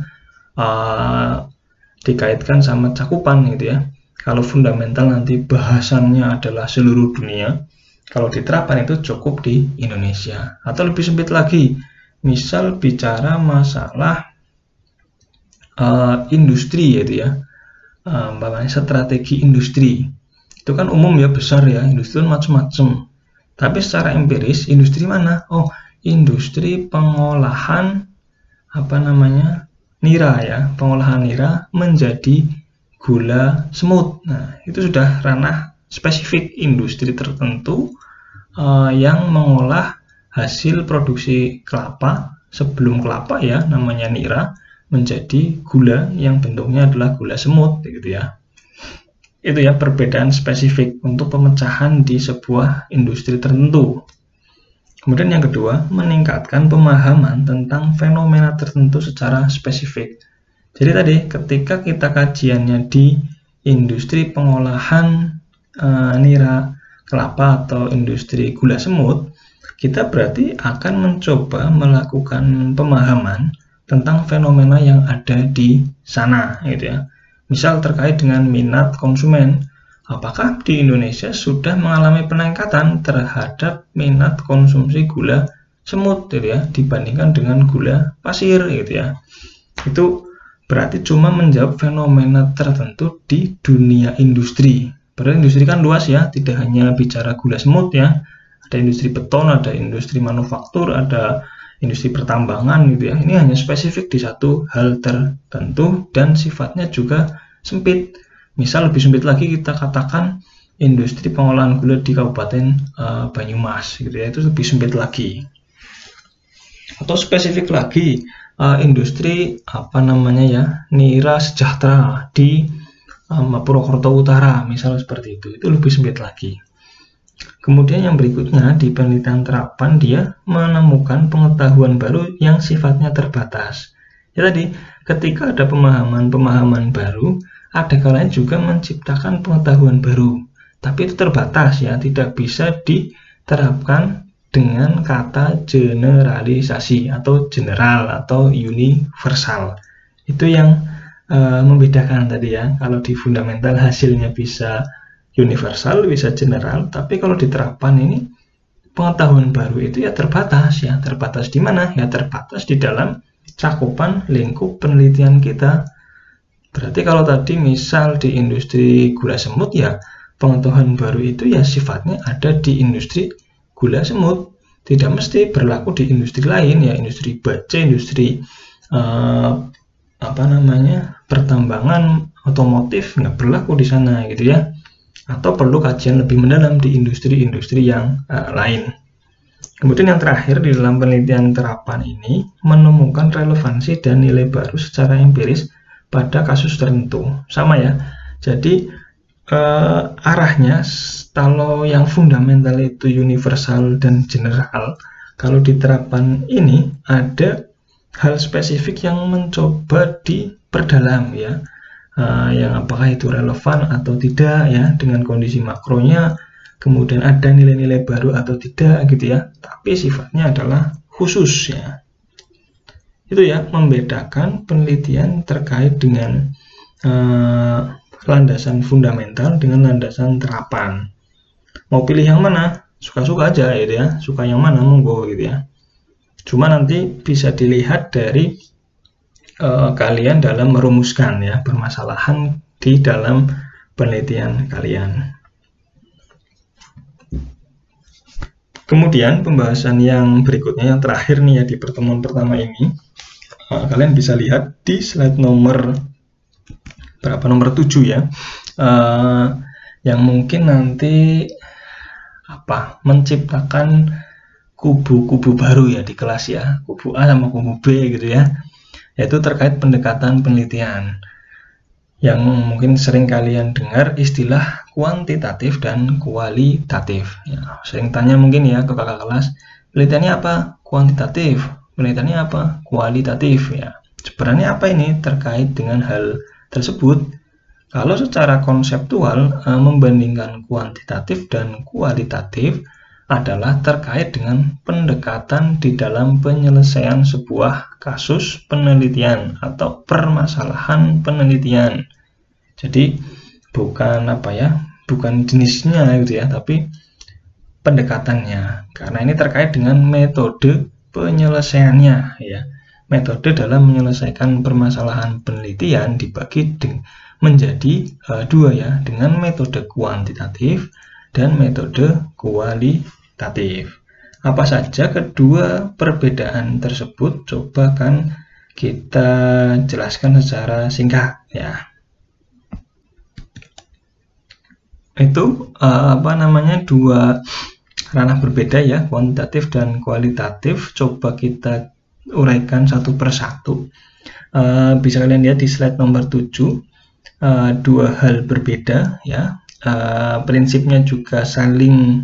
dikaitkan sama cakupan gitu ya. Kalau fundamental nanti bahasannya adalah seluruh dunia, kalau diterapkan itu cukup di Indonesia. Atau lebih sempit lagi, misal bicara masalah industri gitu ya, strategi industri. Itu kan umum ya, besar ya, industri macam-macam. Tapi secara empiris, industri mana? Oh, industri pengolahan nira ya, pengolahan nira menjadi gula semut. Nah, itu sudah ranah spesifik industri tertentu yang mengolah hasil produksi kelapa sebelum kelapa ya, namanya nira, menjadi gula yang bentuknya adalah gula semut gitu ya. Itu ya perbedaan spesifik untuk pemecahan di sebuah industri tertentu. Kemudian yang kedua, meningkatkan pemahaman tentang fenomena tertentu secara spesifik. Jadi tadi ketika kita kajiannya di industri pengolahan nira kelapa atau industri gula semut, kita berarti akan mencoba melakukan pemahaman tentang fenomena yang ada di sana gitu ya. Misal terkait dengan minat konsumen, apakah di Indonesia sudah mengalami peningkatan terhadap minat konsumsi gula semut gitu ya dibandingkan dengan gula pasir gitu ya. Itu berarti cuma menjawab fenomena tertentu di dunia industri. Padahal industri kan luas ya, tidak hanya bicara gula semut ya. Ada industri beton, ada industri manufaktur, ada industri pertambangan gitu ya. Ini hanya spesifik di satu hal tertentu dan sifatnya juga sempit. Misal lebih sempit lagi kita katakan industri pengolahan gula di Kabupaten Banyumas gitu ya, itu lebih sempit lagi. Atau spesifik lagi industri nira sejahtera di Purwokerto Utara, misal seperti itu lebih sempit lagi. Kemudian yang berikutnya di penelitian terapan dia menemukan pengetahuan baru yang sifatnya terbatas. Ya tadi ketika ada pemahaman-pemahaman baru, ada kalanya juga menciptakan pengetahuan baru. Tapi itu terbatas ya, tidak bisa diterapkan dengan kata generalisasi atau general atau universal. Itu yang membedakan tadi ya. Kalau di fundamental hasilnya bisa universal, bisa general, tapi kalau diterapkan ini pengetahuan baru itu ya terbatas ya. Terbatas di mana? Ya terbatas di dalam cakupan lingkup penelitian kita. Berarti kalau tadi misal di industri gula semut ya pengetahuan baru itu ya sifatnya ada di industri gula semut, tidak mesti berlaku di industri lain ya, industri baja, industri pertambangan, otomotif nggak berlaku di sana gitu ya, atau perlu kajian lebih mendalam di industri-industri yang lain. Kemudian yang terakhir di dalam penelitian terapan ini menemukan relevansi dan nilai baru secara empiris pada kasus tertentu. Sama ya. Jadi arahnya kalau yang fundamental itu universal dan general, kalau diterapkan ini ada hal spesifik yang mencoba diperdalam ya. Yang apakah itu relevan atau tidak ya dengan kondisi makronya, kemudian ada nilai-nilai baru atau tidak gitu ya, tapi sifatnya adalah khusus ya. Itu ya membedakan penelitian terkait dengan landasan fundamental dengan landasan terapan. Mau pilih yang mana? Suka-suka aja gitu ya, suka yang mana monggo gitu ya. Cuma nanti bisa dilihat dari kalian dalam merumuskan ya permasalahan di dalam penelitian kalian. Kemudian pembahasan yang berikutnya, yang terakhir nih ya di pertemuan pertama ini, kalian bisa lihat di slide nomor 7 ya, yang mungkin nanti menciptakan kubu-kubu baru ya di kelas ya, kubu A sama kubu B gitu ya, yaitu terkait pendekatan penelitian yang mungkin sering kalian dengar istilah kuantitatif dan kualitatif ya. Sering tanya mungkin ya ke kakak kelas, penelitiannya apa? Kuantitatif. Penelitiannya apa? Kualitatif ya. Sebenarnya apa ini terkait dengan hal tersebut? Kalau secara konseptual membandingkan kuantitatif dan kualitatif adalah terkait dengan pendekatan di dalam penyelesaian sebuah kasus penelitian atau permasalahan penelitian. Jadi bukan bukan jenisnya gitu ya, tapi pendekatannya. Karena ini terkait dengan metode penyelesaiannya ya. Metode dalam menyelesaikan permasalahan penelitian dibagi menjadi dua ya, dengan metode kuantitatif dan metode kualitatif. Apa saja kedua perbedaan tersebut? Coba kan kita jelaskan secara singkat ya. Itu dua ranah berbeda ya, kuantitatif dan kualitatif. Coba kita uraikan satu persatu. Bisa kalian lihat di slide nomor 7, dua hal berbeda ya. Prinsipnya juga saling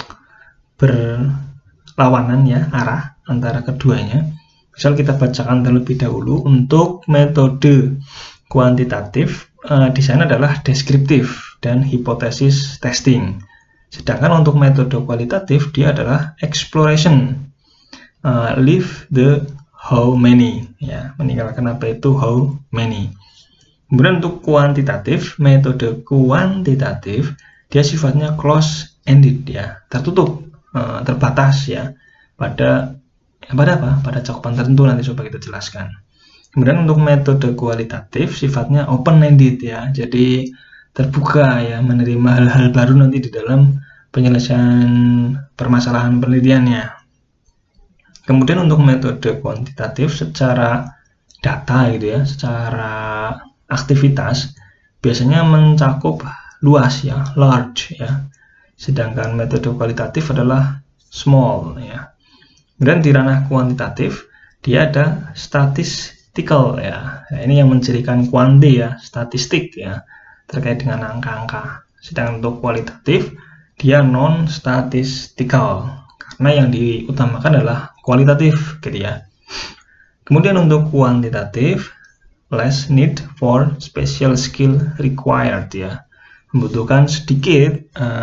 berlawanan ya arah antara keduanya. Misal kita bacakan terlebih dahulu untuk metode kuantitatif, di sana adalah deskriptif dan hipotesis testing. Sedangkan untuk metode kualitatif dia adalah exploration, leave the how many ya, meninggalkan apa itu how many. Kemudian untuk kuantitatif, metode kuantitatif dia sifatnya close-ended ya, tertutup, terbatas ya, pada cakupan tertentu. Nanti coba kita jelaskan. Kemudian untuk metode kualitatif sifatnya open-ended ya, jadi terbuka ya, menerima hal-hal baru nanti di dalam penyelesaian permasalahan penelitiannya. Kemudian untuk metode kuantitatif secara data gitu ya, secara aktivitas biasanya mencakup luas ya, large ya. Sedangkan metode kualitatif adalah small ya. Kemudian di ranah kuantitatif dia ada statistical ya. Nah, ini yang mencirikan kuanti ya, statistik ya, terkait dengan angka-angka. Sedangkan untuk kualitatif dia non statistical karena yang diutamakan adalah kualitatif gitu ya. Kemudian untuk kuantitatif less need for special skill required ya, membutuhkan sedikit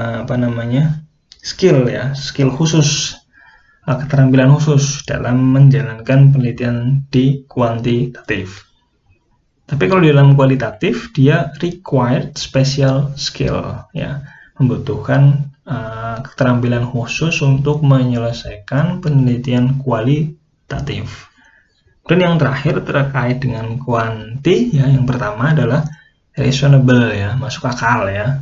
skill ya, skill khusus, keterampilan khusus dalam menjalankan penelitian di kuantitatif. Tapi kalau di dalam kualitatif dia required special skill ya, membutuhkan keterampilan khusus untuk menyelesaikan penelitian kualitatif. Dan yang terakhir terkait dengan kuanti ya, yang pertama adalah reasonable ya, masuk akal ya.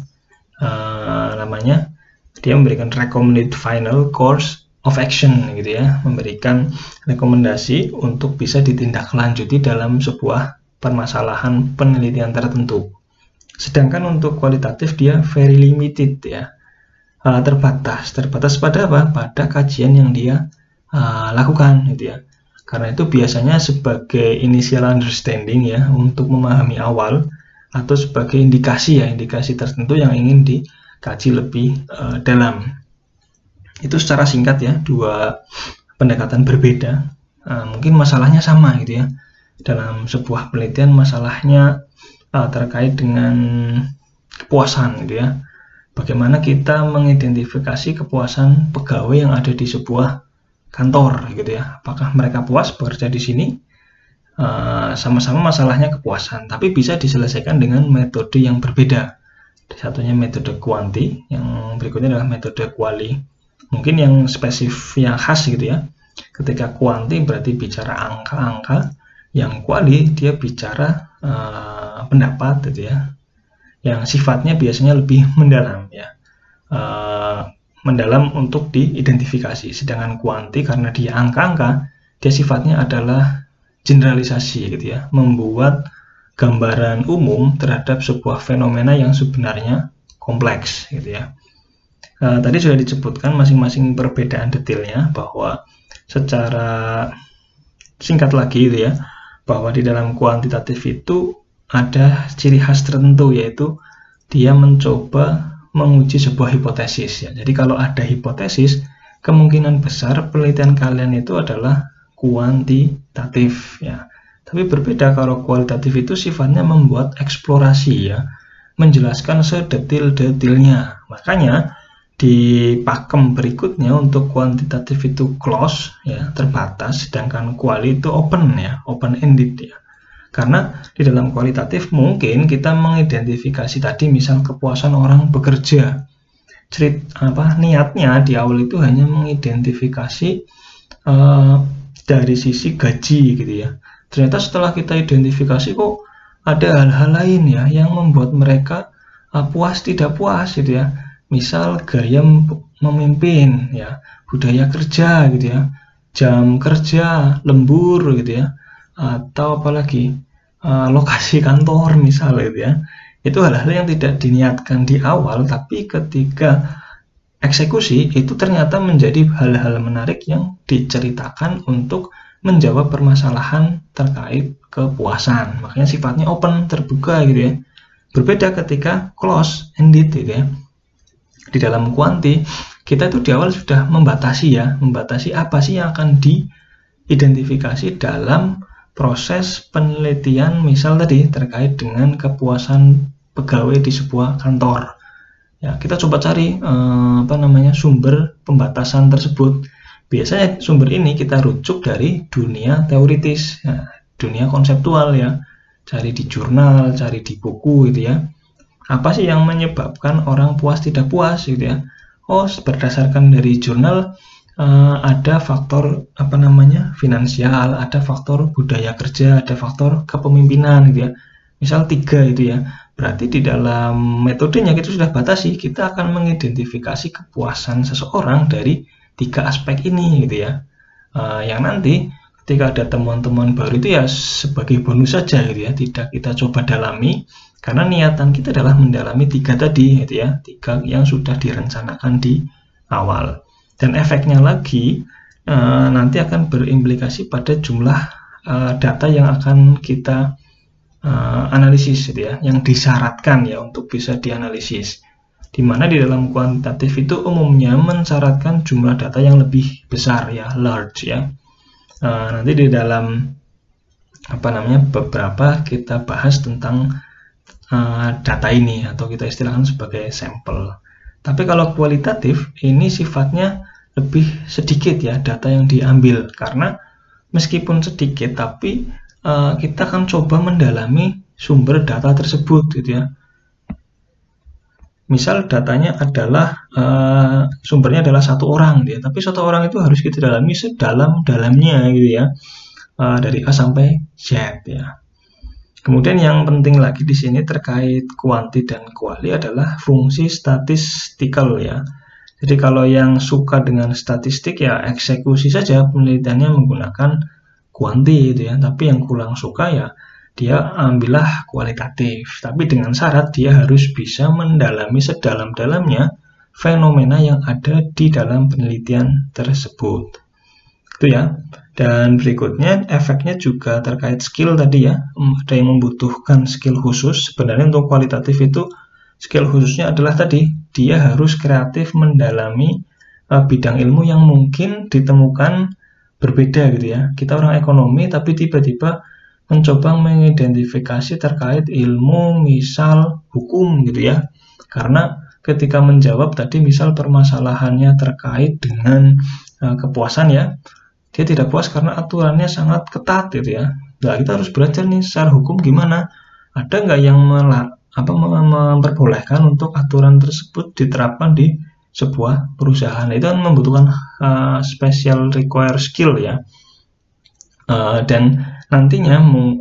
Dia memberikan recommended final course of action gitu ya, memberikan rekomendasi untuk bisa ditindaklanjuti dalam sebuah permasalahan penelitian tertentu. Sedangkan untuk kualitatif dia very limited ya, terbatas pada apa? Pada kajian yang dia lakukan gitu ya. Karena itu biasanya sebagai initial understanding ya, untuk memahami awal, atau sebagai indikasi tertentu yang ingin dikaji lebih dalam. Itu secara singkat ya, dua pendekatan berbeda. Mungkin masalahnya sama gitu ya. Dalam sebuah penelitian masalahnya terkait dengan kepuasan gitu ya. Bagaimana kita mengidentifikasi kepuasan pegawai yang ada di sebuah kantor gitu ya, apakah mereka puas bekerja di sini? Sama-sama masalahnya kepuasan, tapi bisa diselesaikan dengan metode yang berbeda. Satunya metode kuanti, yang berikutnya adalah metode kuali. Mungkin yang spesifik, yang khas gitu ya. Ketika kuanti berarti bicara angka-angka, yang kuali dia bicara pendapat gitu ya, yang sifatnya biasanya lebih mendalam ya. Mendalam untuk diidentifikasi. Sedangkan kuanti karena dia angka-angka, dia sifatnya adalah generalisasi gitu ya, membuat gambaran umum terhadap sebuah fenomena yang sebenarnya kompleks gitu ya. Tadi sudah disebutkan masing-masing perbedaan detailnya, bahwa secara singkat lagi gitu ya, bahwa di dalam kuantitatif itu ada ciri khas tertentu, yaitu dia mencoba menguji sebuah hipotesis ya. Jadi kalau ada hipotesis, kemungkinan besar penelitian kalian itu adalah kuantitatif ya. Tapi berbeda kalau kualitatif itu sifatnya membuat eksplorasi ya, menjelaskan sedetil-detilnya. Makanya di pakem berikutnya untuk kuantitatif itu close ya, terbatas, sedangkan kuali itu open ya, open ended ya. Karena di dalam kualitatif mungkin kita mengidentifikasi tadi misal kepuasan orang bekerja. Niatnya di awal itu hanya mengidentifikasi dari sisi gaji gitu ya. Ternyata setelah kita identifikasi kok ada hal-hal lain ya yang membuat mereka puas tidak puas gitu ya. Misal gaya memimpin ya, budaya kerja gitu ya, jam kerja, lembur gitu ya, atau apalagi lokasi kantor misalnya gitu ya. Itu hal-hal yang tidak diniatkan di awal, tapi ketika eksekusi itu ternyata menjadi hal-hal menarik yang diceritakan untuk menjawab permasalahan terkait kepuasan. Makanya sifatnya open, terbuka gitu ya. Berbeda ketika close ended gitu ya. Di dalam kuanti kita itu di awal sudah membatasi apa sih yang akan diidentifikasi dalam proses penelitian, misal tadi terkait dengan kepuasan pegawai di sebuah kantor. Ya, kita coba cari sumber pembatasan tersebut. Biasanya sumber ini kita rujuk dari dunia teoritis, ya, dunia konseptual ya. Cari di jurnal, cari di buku gitu ya. Apa sih yang menyebabkan orang puas tidak puas gitu ya? Oh, berdasarkan dari jurnal ada faktor finansial, ada faktor budaya kerja, ada faktor kepemimpinan gitu ya. Misal 3 itu ya. Berarti di dalam metodenya kita sudah batasi, kita akan mengidentifikasi kepuasan seseorang dari 3 aspek ini gitu ya. Yang nanti ketika ada temuan-temuan baru itu ya sebagai bonus saja gitu ya, tidak kita coba dalami, karena niatan kita adalah mendalami 3 tadi gitu ya, 3 yang sudah direncanakan di awal. Dan efeknya lagi nanti akan berimplikasi pada jumlah data yang akan kita analisis gitu ya, yang disyaratkan ya untuk bisa dianalisis. Dimana di dalam kuantitatif itu umumnya mensyaratkan jumlah data yang lebih besar ya, large ya. Nanti di dalam beberapa kita bahas tentang data ini, atau kita istilahkan sebagai sampel. Tapi kalau kualitatif ini sifatnya lebih sedikit ya data yang diambil, karena meskipun sedikit tapi kita akan coba mendalami sumber data tersebut gitu ya. Misal datanya adalah sumbernya adalah satu orang ya, tapi satu orang itu harus kita dalami sedalam-dalamnya gitu ya, dari A sampai Z ya. Kemudian yang penting lagi di sini terkait kuanti dan kuali adalah fungsi statistikal ya. Jadi kalau yang suka dengan statistik ya eksekusi saja penelitiannya menggunakan kuanti gitu ya. Tapi yang kurang suka ya dia ambillah kualitatif. Tapi dengan syarat dia harus bisa mendalami sedalam-dalamnya fenomena yang ada di dalam penelitian tersebut. Itu ya. Dan berikutnya efeknya juga terkait skill tadi ya. Ada yang membutuhkan skill khusus. Sebenarnya untuk kualitatif itu skill khususnya adalah tadi dia harus kreatif mendalami bidang ilmu yang mungkin ditemukan berbeda gitu ya. Kita orang ekonomi tapi tiba-tiba mencoba mengidentifikasi terkait ilmu misal hukum gitu ya. Karena ketika menjawab tadi misal permasalahannya terkait dengan kepuasan ya, dia tidak puas karena aturannya sangat ketat gitu ya. Nah, kita harus belajar nih secara hukum gimana. Ada nggak yang memperbolehkan untuk aturan tersebut diterapkan di sebuah perusahaan. Itu kan membutuhkan special require skill ya. Dan nantinya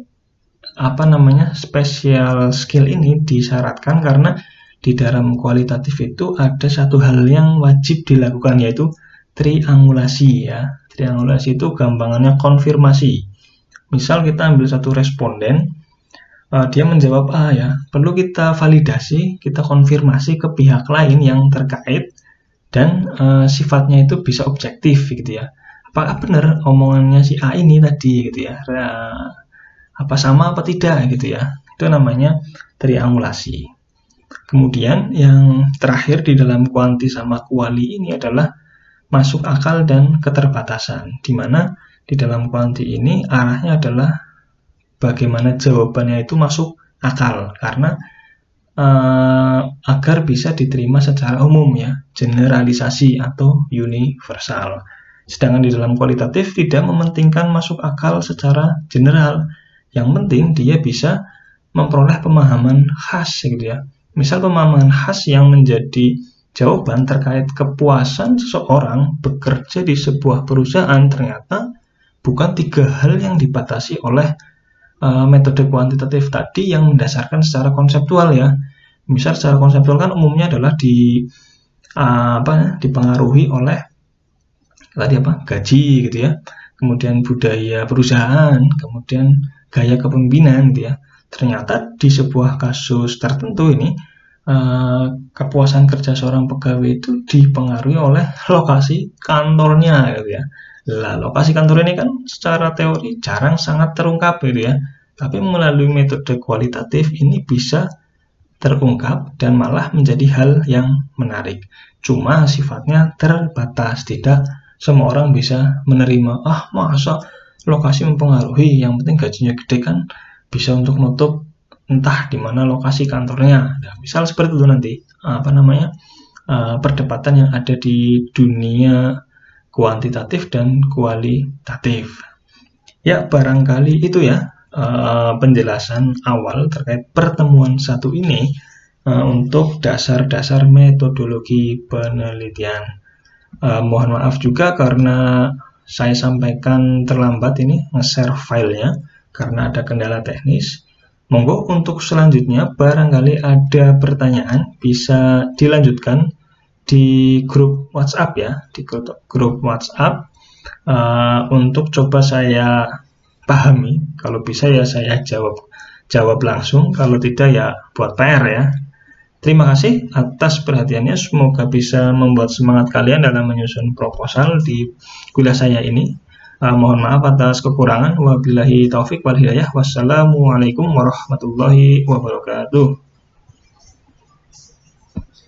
special skill ini disyaratkan karena di dalam kualitatif itu ada satu hal yang wajib dilakukan, yaitu triangulasi ya. Triangulasi itu gampangannya konfirmasi. Misal kita ambil satu responden, dia menjawab A ya, perlu kita validasi, kita konfirmasi ke pihak lain yang terkait dan sifatnya itu bisa objektif gitu ya. Apakah benar omongannya si A ini tadi gitu ya, apa sama apa tidak gitu ya. Itu namanya triangulasi. Kemudian yang terakhir di dalam kuanti sama kuali ini adalah masuk akal dan keterbatasan, di mana di dalam kuanti ini arahnya adalah bagaimana jawabannya itu masuk akal, karena agar bisa diterima secara umum ya, generalisasi atau universal. Sedangkan di dalam kualitatif tidak mementingkan masuk akal secara general, yang penting dia bisa memperoleh pemahaman khas gitu ya. Misal pemahaman khas yang menjadi jawaban terkait kepuasan seseorang bekerja di sebuah perusahaan ternyata bukan 3 hal yang dibatasi oleh metode kuantitatif tadi yang mendasarkan secara konseptual ya. Misal secara konseptual kan umumnya adalah dipengaruhi oleh gaji gitu ya, kemudian budaya perusahaan, kemudian gaya kepemimpinan gitu ya. Ternyata di sebuah kasus tertentu ini kepuasan kerja seorang pegawai itu dipengaruhi oleh lokasi kantornya gitu ya. Lah, lokasi kantor ini kan secara teori jarang sangat terungkap gitu ya. Tapi melalui metode kualitatif ini bisa terungkap dan malah menjadi hal yang menarik. Cuma sifatnya terbatas, tidak semua orang bisa menerima. Masa lokasi mempengaruhi, yang penting gajinya gede kan bisa untuk nutup entah di mana lokasi kantornya. Nah, misal seperti itu nanti perdebatan yang ada di dunia kuantitatif dan kualitatif. Ya, barangkali itu ya penjelasan awal terkait pertemuan satu ini untuk dasar-dasar metodologi penelitian. Mohon maaf juga karena saya sampaikan terlambat ini nge-share filenya karena ada kendala teknis. Monggo untuk selanjutnya barangkali ada pertanyaan bisa dilanjutkan di grup WhatsApp ya, di grup WhatsApp untuk coba saya pahami. Kalau bisa ya saya jawab langsung, kalau tidak ya buat PR ya. Terima kasih atas perhatiannya, semoga bisa membuat semangat kalian dalam menyusun proposal di kuliah saya ini. Mohon maaf atas kekurangan. Wabillahi taufik wal hidayah. Wassalamualaikum warahmatullahi wabarakatuh.